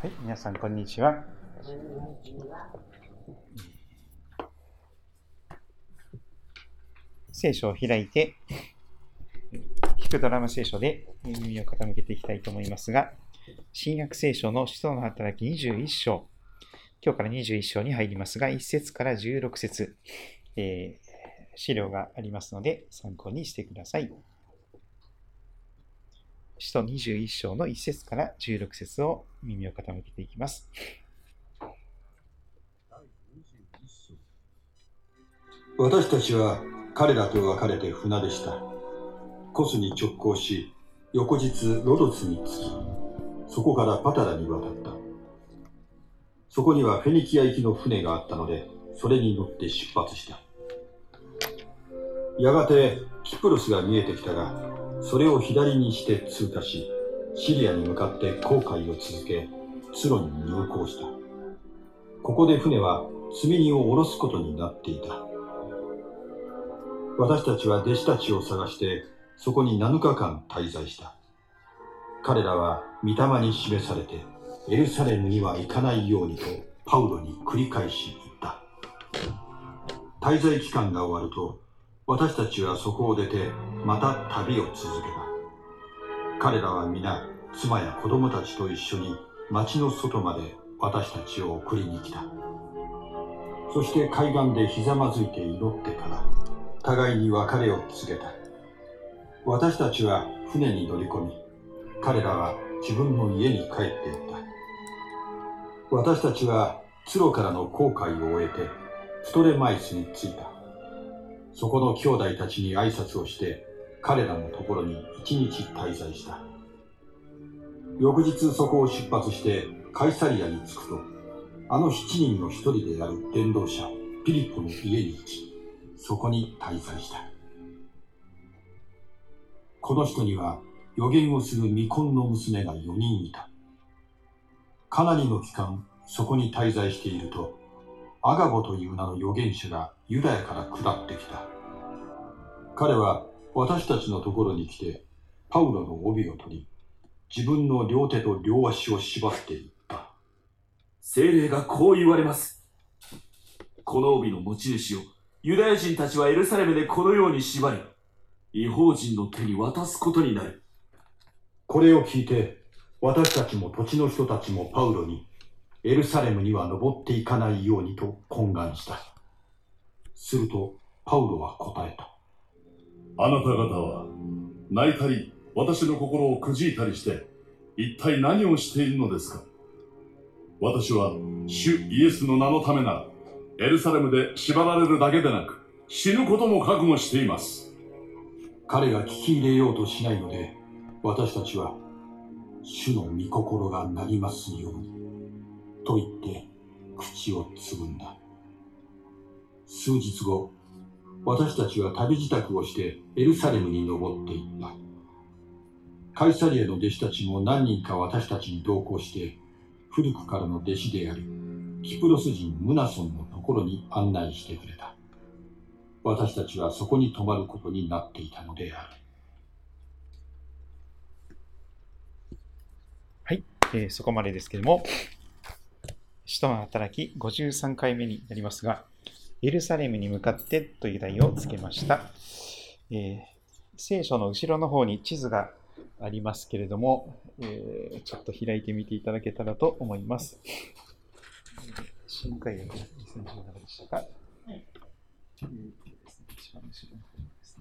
はい、皆さんこんにちは。聖書を開いて、聞くドラマ聖書で耳を傾けていきたいと思いますが、新約聖書の使徒の働き21章、今日から21章に入りますが、1節から16節、資料がありますので参考にしてください。使徒21章の1節から16節を耳を傾けていきます。 私たちは彼らと別れて船でした。コスに直行し、翌日ロドスに着き、そこからパタラに渡った。そこにはフェニキア行きの船があったので、それに乗って出発した。やがてキプロスが見えてきたが、それを左にして通過し、シリアに向かって航海を続け、ツロに入港した。ここで船は積み荷を下ろすことになっていた。私たちは弟子たちを探して、そこに7日間滞在した。彼らは御霊に示されて、エルサレムには行かないようにとパウロに繰り返し言った。滞在期間が終わると、私たちはそこを出て、また旅を続けた。彼らは皆、妻や子供たちと一緒に町の外まで私たちを送りに来た。そして海岸でひざまずいて祈ってから、互いに別れを告げた。私たちは船に乗り込み、彼らは自分の家に帰っていった。私たちはツロからの航海を終えて、プトレマイスに着いた。そこの兄弟たちに挨拶をして、彼らのところに一日滞在した。翌日そこを出発してカイサリアに着くと、あの7人の一人である伝道者ピリポの家に行き、そこに滞在した。この人には預言をする未婚の娘が4人いた。かなりの期間そこに滞在していると、アガボという名の預言者がユダヤから下ってきた。彼は私たちのところに来て、パウロの帯を取り、自分の両手と両足を縛っていった。 聖霊がこう言われます。この帯の持ち主をユダヤ人たちはエルサレムでこのように縛り、異邦人の手に渡すことになる。 これを聞いて、私たちも土地の人たちもパウロに、エルサレムには登っていかないようにと懇願した。すると、パウロは答えた。 あなた方は、泣いたり、私の心をくじいたりして、一体何をしているのですか？私は、主イエスの名のためなら、エルサレムで縛られるだけでなく、死ぬことも覚悟しています。 彼が聞き入れようとしないので、私たちは、主の御心がなりますように、と言って口をつぐんだ。数日後、私たちは旅支度をしてエルサレムに登っていった。カイサリアの弟子たちも何人か私たちに同行して、古くからの弟子であるキプロス人ムナソンのところに案内してくれた。私たちはそこに泊まることになっていたのである。 はい、そこまでですけれども、使徒の働き53回目になりますが、エルサレムに向かってという題をつけました。聖書の後ろの方に地図がありますけれども、ちょっと開いてみていただけたらと思います。新海訳2017でしたか。一番後ろの方です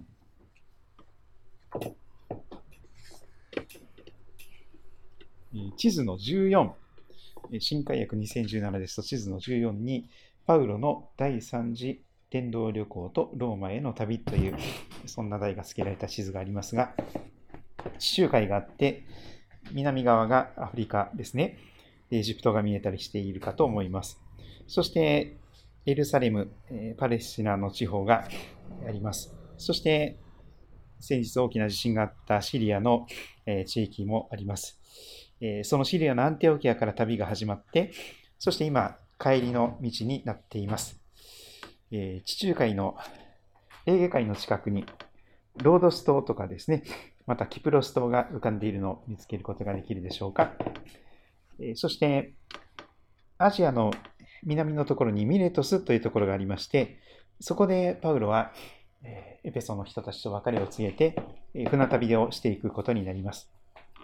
ね。地図の14、新海訳2017ですと地図の14に、パウロの第3次伝道旅行とローマへの旅という、そんな題が付けられた地図がありますが、地中海があって、南側がアフリカですね。エジプトが見えたりしているかと思います。そして、エルサレム、パレスチナの地方があります。そして、先日大きな地震があったシリアの地域もあります。そのシリアのアンテオキアから旅が始まって、そして今、帰りの道になっています。地中海のエーゲ海の近くに、ロードス島とかですね、またキプロス島が浮かんでいるのを見つけることができるでしょうか。 そして、アジアの南のところにミレトスというところがありまして、そこでパウロはエペソの人たちと別れを告げて、船旅をしていくことになります。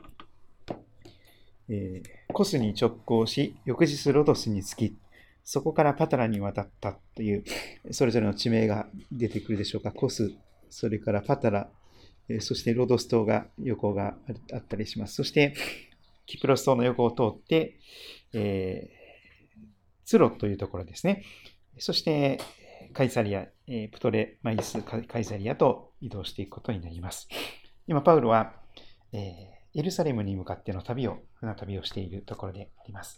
コスに直行し、翌日ロドスに着き、そこからパタラに渡ったという、それぞれの地名が出てくるでしょうか。コス、それからパタラ、そしてロドス島が横があったりします。そして、キプロス島の横を通って、ツロというところですね。そして、カイサリア、プトレマイス、カイサリアと移動していくことになります。今、パウロは、エルサレムに向かっての船旅をしているところであります。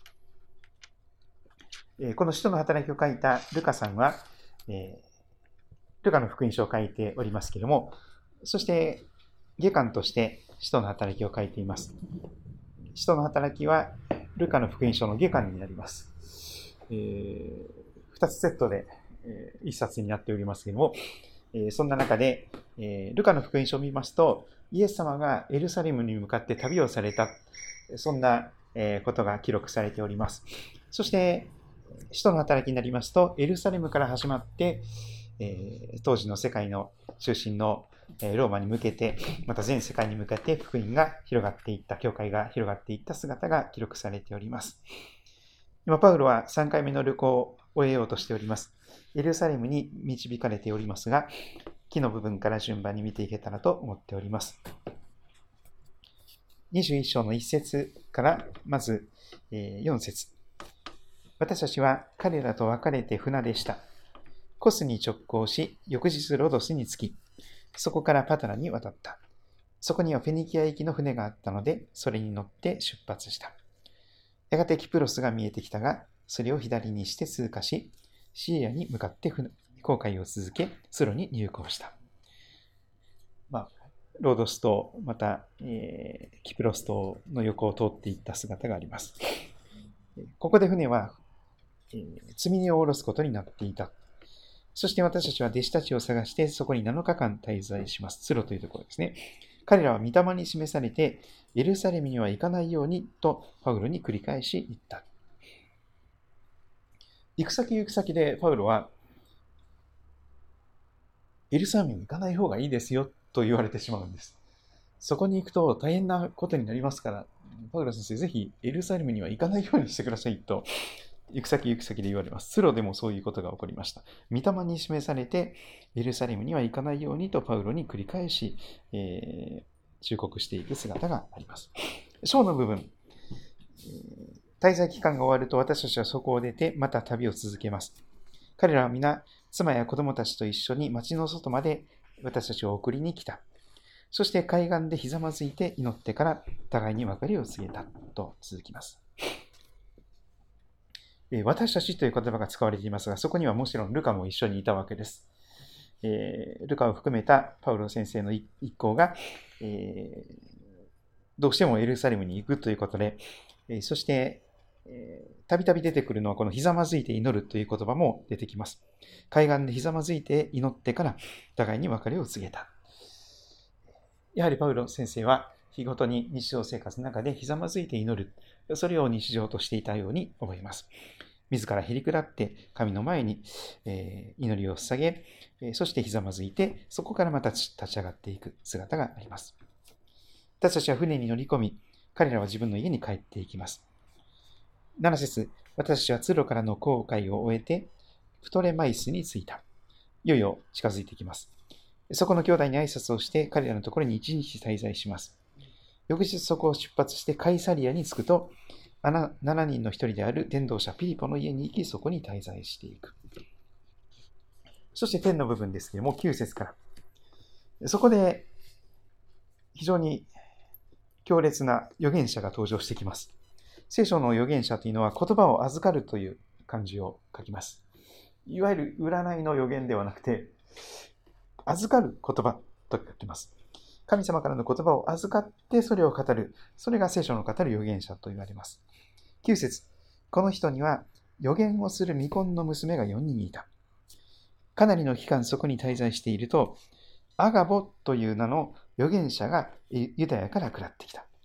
この使徒の働きを書いたルカさんは、ルカの福音書を書いておりますけれども、そして下巻として使徒の働きを書いています。使徒の働きはルカの福音書の下巻になります。2つセットで1冊になっておりますけれども、そんな中で、ルカの福音書を見ますと、イエス様がエルサレムに向かって旅をされた、そんなことが記録されております。そして、使徒の働きになりますと、エルサレムから始まって、当時の世界の中心のローマに向けて、また全世界に向かって福音が広がっていった、教会が広がっていった姿が記録されております。今、パウロは3回目の旅行を終えようとしております。エルサレムに導かれておりますが、木の部分から順番に見ていけたらと思っております。21章の1節からまず4節。私たちは彼らと別れて船でした。コスに直行し、翌日ロドスに着き、そこからパタラに渡った。そこにはフェニキア行きの船があったので、それに乗って出発した。やがてキプロスが見えてきたが、それを左にして通過し、シリアに向かって航海を続け、スロに入港した。ロードス島、また、キプロス島の横を通っていった姿があります。ここで船は、積み荷を下ろすことになっていた。そして私たちは弟子たちを探して、そこに7日間滞在します。スロというところですね。彼らは御霊に示されて、エルサレムには行かないようにとパウロに繰り返し言った。行く先でパウロは、エルサレムに行かない方がいいですよと言われてしまうんです。そこに行くと大変なことになりますから、パウロ先生、ぜひエルサレムには行かないようにしてくださいと、行く先で言われます。スロでもそういうことが起こりました。御霊に示されて、エルサレムには行かないようにとパウロに繰り返し、忠告していく姿があります。章の部分、滞在期間が終わると私たちはそこを出てまた旅を続けます。彼らは皆、妻や子供たちと一緒に町の外まで私たちを送りに来た。そして海岸でひざまずいて祈ってから互いに別れを告げたと続きます。私たちという言葉が使われていますが、そこにはもちろんルカも一緒にいたわけです。ルカを含めたパウロ先生の一行が、どうしてもエルサレムに行くということで、そしてたびたび出てくるのはこのひざまずいて祈るという言葉も出てきます。海岸でひざまずいて祈ってから互いに別れを告げた。やはりパウロ先生は日ごとに日常生活の中でひざまずいて祈る。それを日常としていたように思います。自らへりくだって神の前に祈りを捧げ、そしてひざまずいて、そこからまた立ち上がっていく姿があります。私たちは船に乗り込み、彼らは自分の家に帰っていきます。7節、私たちはツロからの航海を終えて、プトレマイスに着いた。いよいよ近づいてきます。そこの兄弟に挨拶をして、彼らのところに1日滞在します。翌日そこを出発してカイサリアに着くと、7人の一人である伝道者ピリポの家に行き、そこに滞在していく。そして天の部分ですけれども、9節から。そこで非常に強烈な預言者が登場してきます。聖書の預言者というのは言葉を預かるという漢字を書きます。いわゆる占いの預言ではなくて、預かる言葉と書きます。神様からの言葉を預かってそれを語る。それが聖書の語る預言者と言われます。9節、この人には預言をする未婚の娘が4人いた。かなりの期間そこに滞在していると、アガボという名の預言者がユダヤから下ってきた。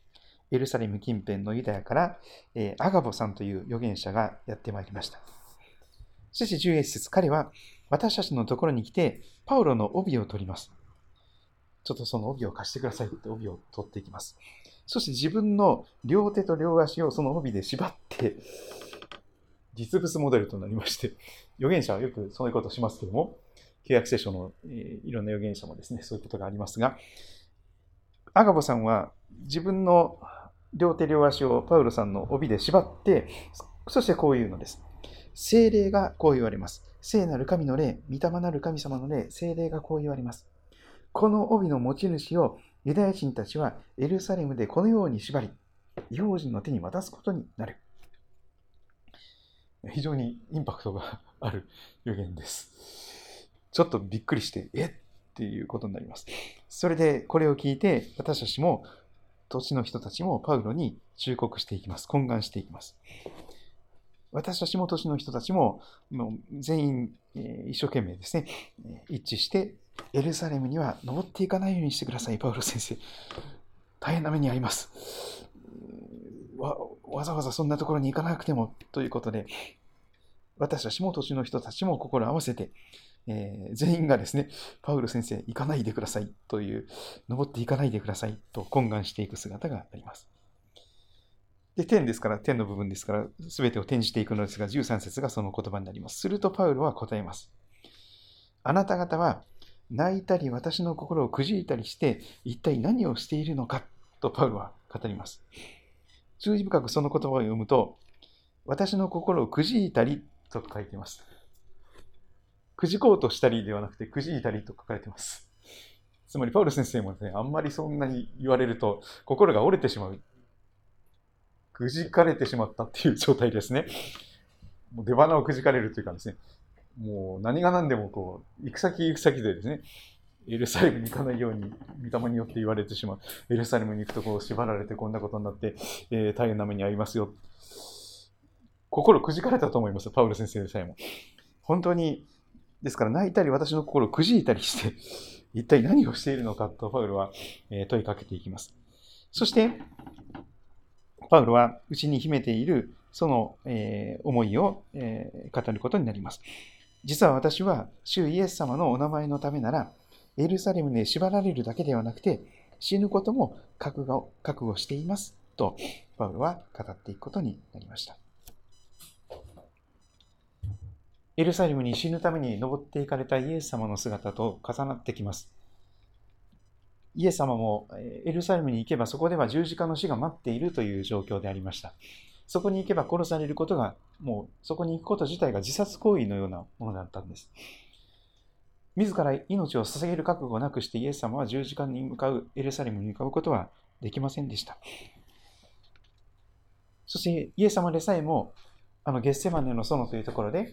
エルサレム近辺のユダヤから、アガボさんという預言者がやってまいりました。そして11節、彼は私たちのところに来て、パウロの帯を取ります。ちょっとその帯を貸してくださいって帯を取っていきます。そして自分の両手と両足をその帯で縛って、実物モデルとなりまして、預言者はよくそういうことをしますけども、旧約聖書の、いろんな預言者もですね、そういうことがありますが、アガボさんは自分の両手両足をパウロさんの帯で縛って、そしてこういうのです。聖霊がこう言われます。聖なる神の霊、御霊なる神様の霊、聖霊がこう言われます。この帯の持ち主をユダヤ人たちはエルサレムでこのように縛り、異邦人の手に渡すことになる。非常にインパクトがある予言です。ちょっとびっくりして、っていうことになります。それでこれを聞いて、私たちも、土地の人たちもパウロに忠告していきます。懇願していきます。私たちも土地の人たちも、もう全員、一生懸命ですね、一致して、エルサレムには登っていかないようにしてください、パウロ先生。大変な目に遭います。わざわざそんなところに行かなくてもということで、私たちも土地の人たちも心を合わせて、全員がですね、パウロ先生、行かないでくださいという、登っていかないでくださいと懇願していく姿があります。で、天ですから、天の部分ですから、すべてを転じていくのですが、13節がその言葉になります。するとパウロは答えます。あなた方は、泣いたり私の心をくじいたりして、一体何をしているのかとパウロは語ります。注意深くその言葉を読むと、私の心をくじいたりと書いています。くじこうとしたりではなくて、くじいたりと書かれています。つまり、パウロ先生もですね、あんまりそんなに言われると、心が折れてしまう。くじかれてしまったっていう状態ですね。もう出花をくじかれるというかですね、もう何が何でもこう、行く先行く先でですね、エルサレムに行かないように、御霊によって言われてしまう。エルサレムに行くとこう縛られてこんなことになって、大変な目に遭いますよ。心くじかれたと思います、パウロ先生でさえも。本当に、ですから泣いたり私の心をくじいたりして、一体何をしているのかとパウロは問いかけていきます。そして、パウロは内に秘めているその思いを語ることになります。実は私は主イエス様のお名前のためなら、エルサレムで縛られるだけではなくて、死ぬことも覚悟していますと、パウロは語っていくことになりました。エルサレムに死ぬために登っていかれたイエス様の姿と重なってきます。イエス様もエルサレムに行けばそこでは十字架の死が待っているという状況でありました。そこに行けば殺されることが、もうそこに行くこと自体が自殺行為のようなものだったんです。自ら命を捧げる覚悟をなくしてイエス様は十字架に向かう、エルサレムに向かうことはできませんでした。そしてイエス様でさえも、ゲッセマネの園というところで、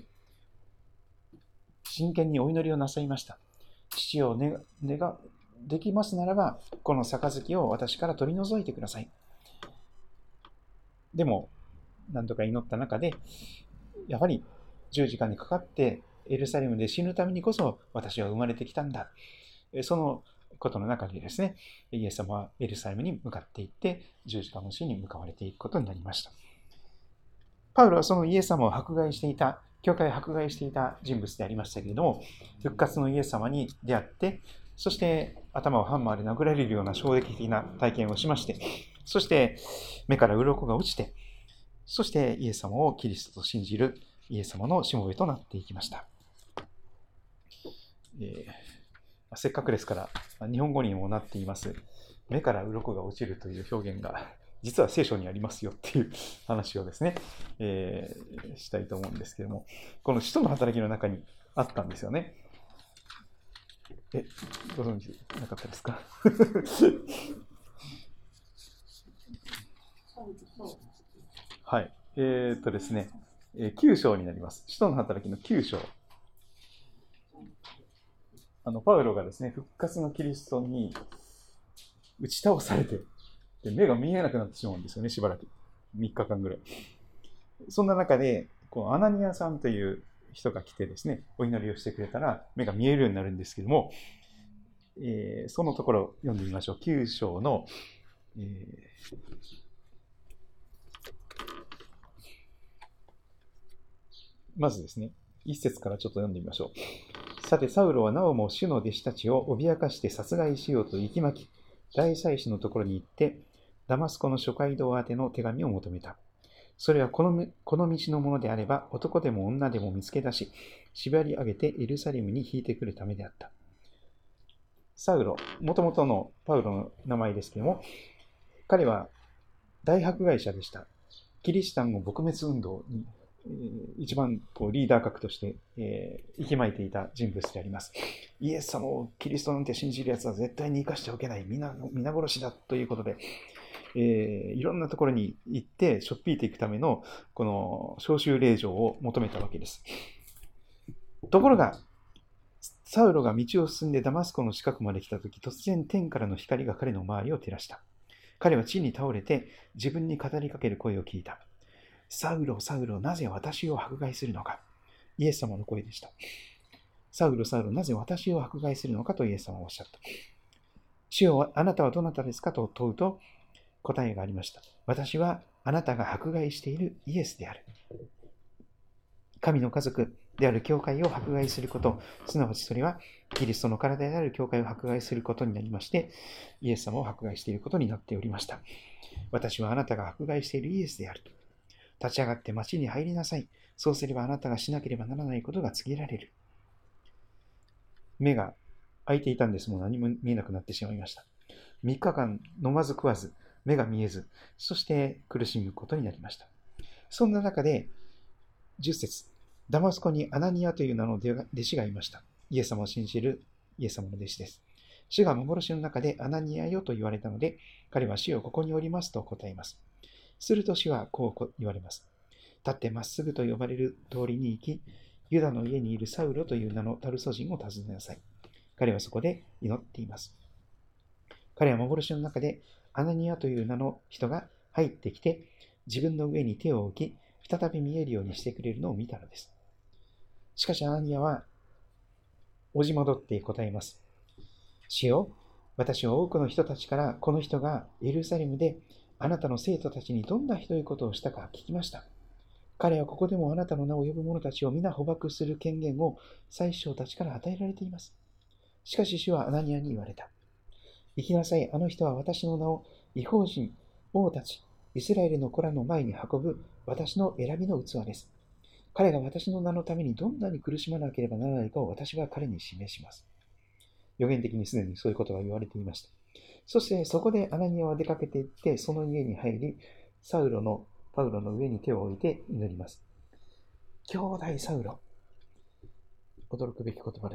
真剣にお祈りをなさいました。父をできますならば、この杯を私から取り除いてください。でも、何とか祈った中で、やはり十字架にかかって、エルサレムで死ぬためにこそ私は生まれてきたんだ。そのことの中でですね、イエス様はエルサレムに向かっていって、十字架の死に向かわれていくことになりました。パウロはそのイエス様を迫害していた、教会を迫害していた人物でありましたけれども、復活のイエス様に出会って、そして頭をハンマーで殴られるような衝撃的な体験をしまして、そして目から鱗が落ちて、そしてイエス様をキリストと信じるイエス様のしもべとなっていきました。せっかくですから日本語にもなっています目から鱗が落ちるという表現が実は聖書にありますよっていう話をですね、したいと思うんですけれども、この使徒の働きの中にあったんですよね。ご存知なかったですか？はい。ですね、9章になります。使徒の働きの9章。パウロがですね、復活のキリストに打ち倒されて、で目が見えなくなってしまうんですよね、しばらく。3日間ぐらい。そんな中で、アナニアさんという人が来てですね、お祈りをしてくれたら目が見えるようになるんですけども、そのところを読んでみましょう。9章の、 まずですね、一節からちょっと読んでみましょう。さて、サウロはなおも主の弟子たちを脅かして殺害しようと息巻き、大祭司のところに行って、ダマスコの諸街道宛ての手紙を求めた。それはこの道のものであれば、男でも女でも見つけ出し、縛り上げてエルサレムに引いてくるためであった。サウロ、もともとのパウロの名前ですけども、彼は大迫害者でした。キリシタンの撲滅運動に、一番リーダー格として、息巻いていた人物であります。イエス様をキリストなんて信じるやつは絶対に生かしておけない、皆殺しだということで、いろんなところに行ってしょっぴいていくためのこの召集令状を求めたわけです。ところが、サウロが道を進んでダマスコの近くまで来たとき、突然天からの光が彼の周りを照らした。彼は地に倒れて自分に語りかける声を聞いた。サウロ、サウロ、なぜ私を迫害するのか。イエス様の声でした。サウロ、サウロ、なぜ私を迫害するのかとイエス様はおっしゃった。主よ、あなたはどなたですかと問うと答えがありました。私はあなたが迫害しているイエスである。神の家族である教会を迫害すること、すなわちそれはキリストの体である教会を迫害することになりまして、イエス様を迫害していることになっておりました。私はあなたが迫害しているイエスである。立ち上がって町に入りなさい。そうすればあなたがしなければならないことが告げられる。目が開いていたんですもう何も見えなくなってしまいました。3日間飲まず食わず、目が見えず、そして苦しむことになりました。そんな中で、10節、ダマスコにアナニアという名の弟子がいました。イエス様を信じるイエス様の弟子です。主が幻の中でアナニアよと言われたので、彼は主よここにおりますと答えます。すると主はこう言われます。立ってまっすぐと呼ばれる通りに行き、ユダの家にいるサウロという名のタルソ人を訪ねなさい。彼はそこで祈っています。彼は幻の中でアナニアという名の人が入ってきて、自分の上に手を置き、再び見えるようにしてくれるのを見たのです。しかしアナニアは、おじ戻って答えます。主よ、私は多くの人たちからこの人がエルサレムであなたの生徒たちにどんなひどいことをしたか聞きました。彼はここでもあなたの名を呼ぶ者たちを皆捕獲する権限を宰相たちから与えられています。しかし主はアナニアに言われた。行きなさい、あの人は私の名を異邦人、王たち、イスラエルの子らの前に運ぶ私の選びの器です。彼が私の名のためにどんなに苦しまなければならないかを私は彼に示します。予言的にすでにそういうことが言われていました。そしてそこでアナニアは出かけていって、その家に入り、パウロの上に手を置いて祈ります。兄弟サウロ。驚くべき言葉です。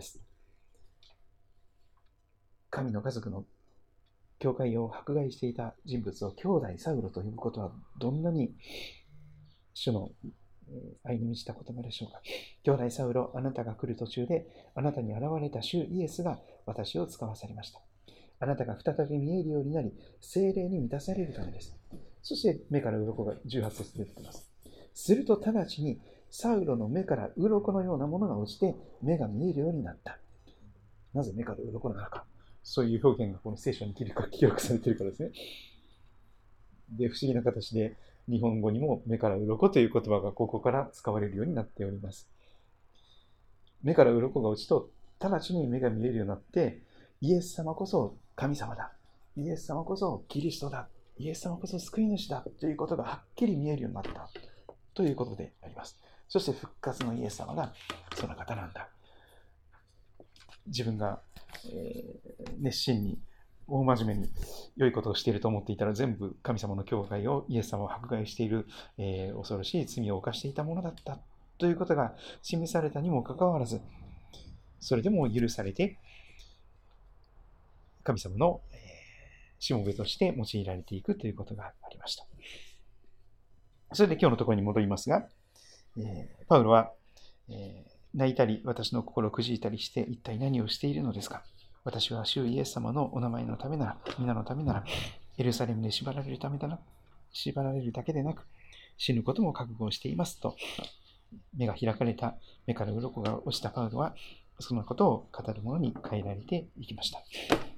神の家族の教会を迫害していた人物を兄弟サウロと呼ぶことはどんなに主の愛に満ちた言葉でしょうか。兄弟サウロ、あなたが来る途中であなたに現れた主イエスが私を使わされました。あなたが再び見えるようになり、聖霊に満たされるためです。そして目から鱗が18節出てきます。すると直ちにサウロの目から鱗のようなものが落ちて目が見えるようになった。なぜ目から鱗なのか。そういう表現がこの聖書に記録されているからですね。で、不思議な形で日本語にも目から鱗という言葉がここから使われるようになっております。目から鱗が落ちと直ちに目が見えるようになって、イエス様こそ神様だ。イエス様こそキリストだ。イエス様こそ救い主だということがはっきり見えるようになったということであります。そして復活のイエス様がその方なんだ。自分が、熱心に大真面目に良いことをしていると思っていたら全部神様の教会をイエス様を迫害している、恐ろしい罪を犯していたものだったということが示されたにもかかわらず、それでも許されて神様のしもべとして用いられていくということがありました。それで今日のところに戻りますが、パウロは、泣いたり私の心をくじいたりして一体何をしているのですか。私は主イエス様のお名前のためなら、皆のためなら、エルサレムで縛られるだけでなく、死ぬことも覚悟していますと、目が開かれた、目から鱗が落ちたパウロは、そのことを語る者に変えられていきました。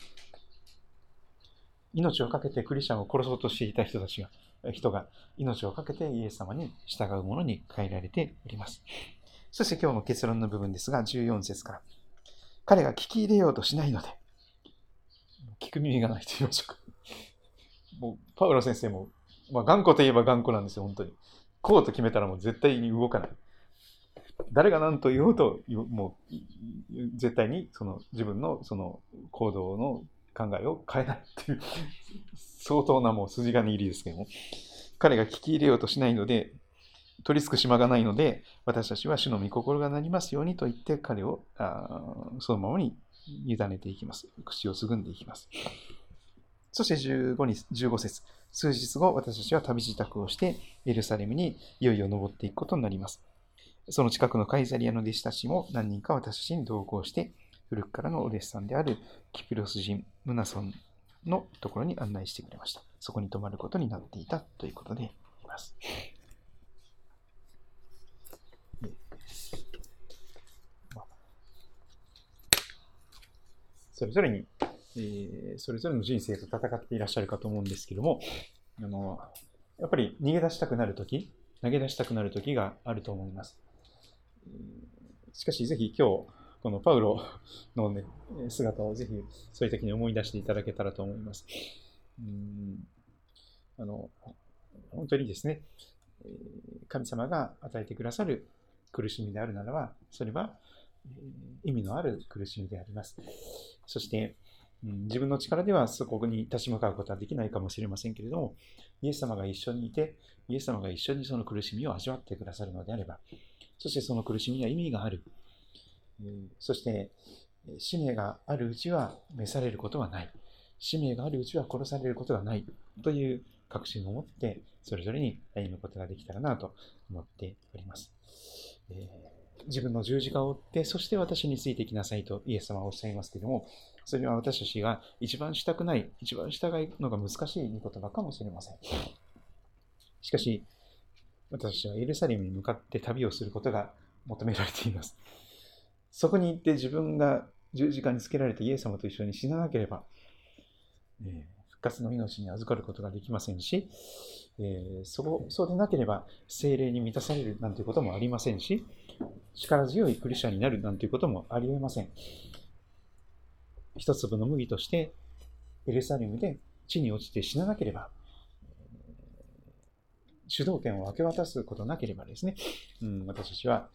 命を懸けてクリスチャンを殺そうとしていた人が命を懸けてイエス様に従う者に変えられております。 そして今日の結論の部分ですが、14節から。彼が聞き入れようとしないので、聞く耳がないと言いましょうか。もうパウロ先生も、頑固といえば頑固なんですよ、本当に。こうと決めたらもう絶対に動かない。誰が何と言おうと、もう絶対に自分の行動の考えを変えないっていう、相当なもう筋金入りですけども、彼が聞き入れようとしないので、取り付く島がないので、私たちは主の御心がなりますようにと言って彼をそのままに委ねていきます。口をつぐんでいきます。そして15節。数日後、私たちは旅支度をしてエルサレムにいよいよ登っていくことになります。その近くのカイザリアの弟子たちも何人か私たちに同行して、古くからのお弟子さんであるキプロス人ムナソンのところに案内してくれました。そこに泊まることになっていたということであります。それぞれの人生と戦っていらっしゃるかと思うんですけども、やっぱり逃げ出したくなるとき、投げ出したくなるときがあると思います。しかし、ぜひ今日、このパウロの、姿をぜひそういう時に思い出していただけたらと思います。本当にですね、神様が与えてくださる苦しみであるならば、それは意味のある苦しみであります。そして、自分の力ではそこに立ち向かうことはできないかもしれませんけれども、イエス様が一緒にいて、イエス様が一緒にその苦しみを味わってくださるのであれば、そしてその苦しみには意味がある。そして、使命があるうちは召されることはない。使命があるうちは殺されることがないという確信を持って、それぞれに歩むことができたらなと思っております。自分の十字架を追って、そして私についてきなさいとイエス様はおっしゃいますけれども、それは私たちが一番したくない、一番従うのが難しい御言葉かもしれません。しかし、私たちはエルサレムに向かって旅をすることが求められています。そこに行って自分が十字架につけられてイエス様と一緒に死ななければ、復活の命に預かることができませんし、そうでなければ聖霊に満たされるなんていうこともありませんし、力強いクリスチャンになるなんていうこともありえません。一粒の麦としてエルサレムで地に落ちて死ななければ、主導権を明け渡すことなければですね、私たちは、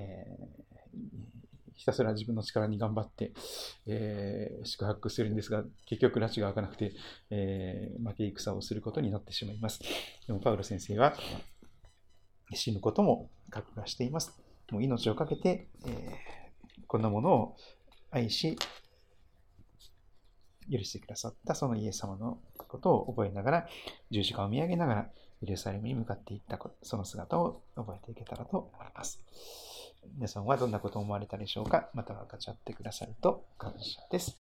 ひたすら自分の力に頑張って、宿泊するんですが、結局拉致が開かなくて、負け戦をすることになってしまいます。でもパウロ先生は死ぬことも覚悟しています。もう命を懸けて、こんなものを愛し、許してくださったそのイエス様のことを覚えながら、十字架を見上げながら、エルサレムに向かっていったその姿を覚えていけたらと思います。皆さんはどんなことを思われたでしょうか。また分かち合ってくださると感謝です。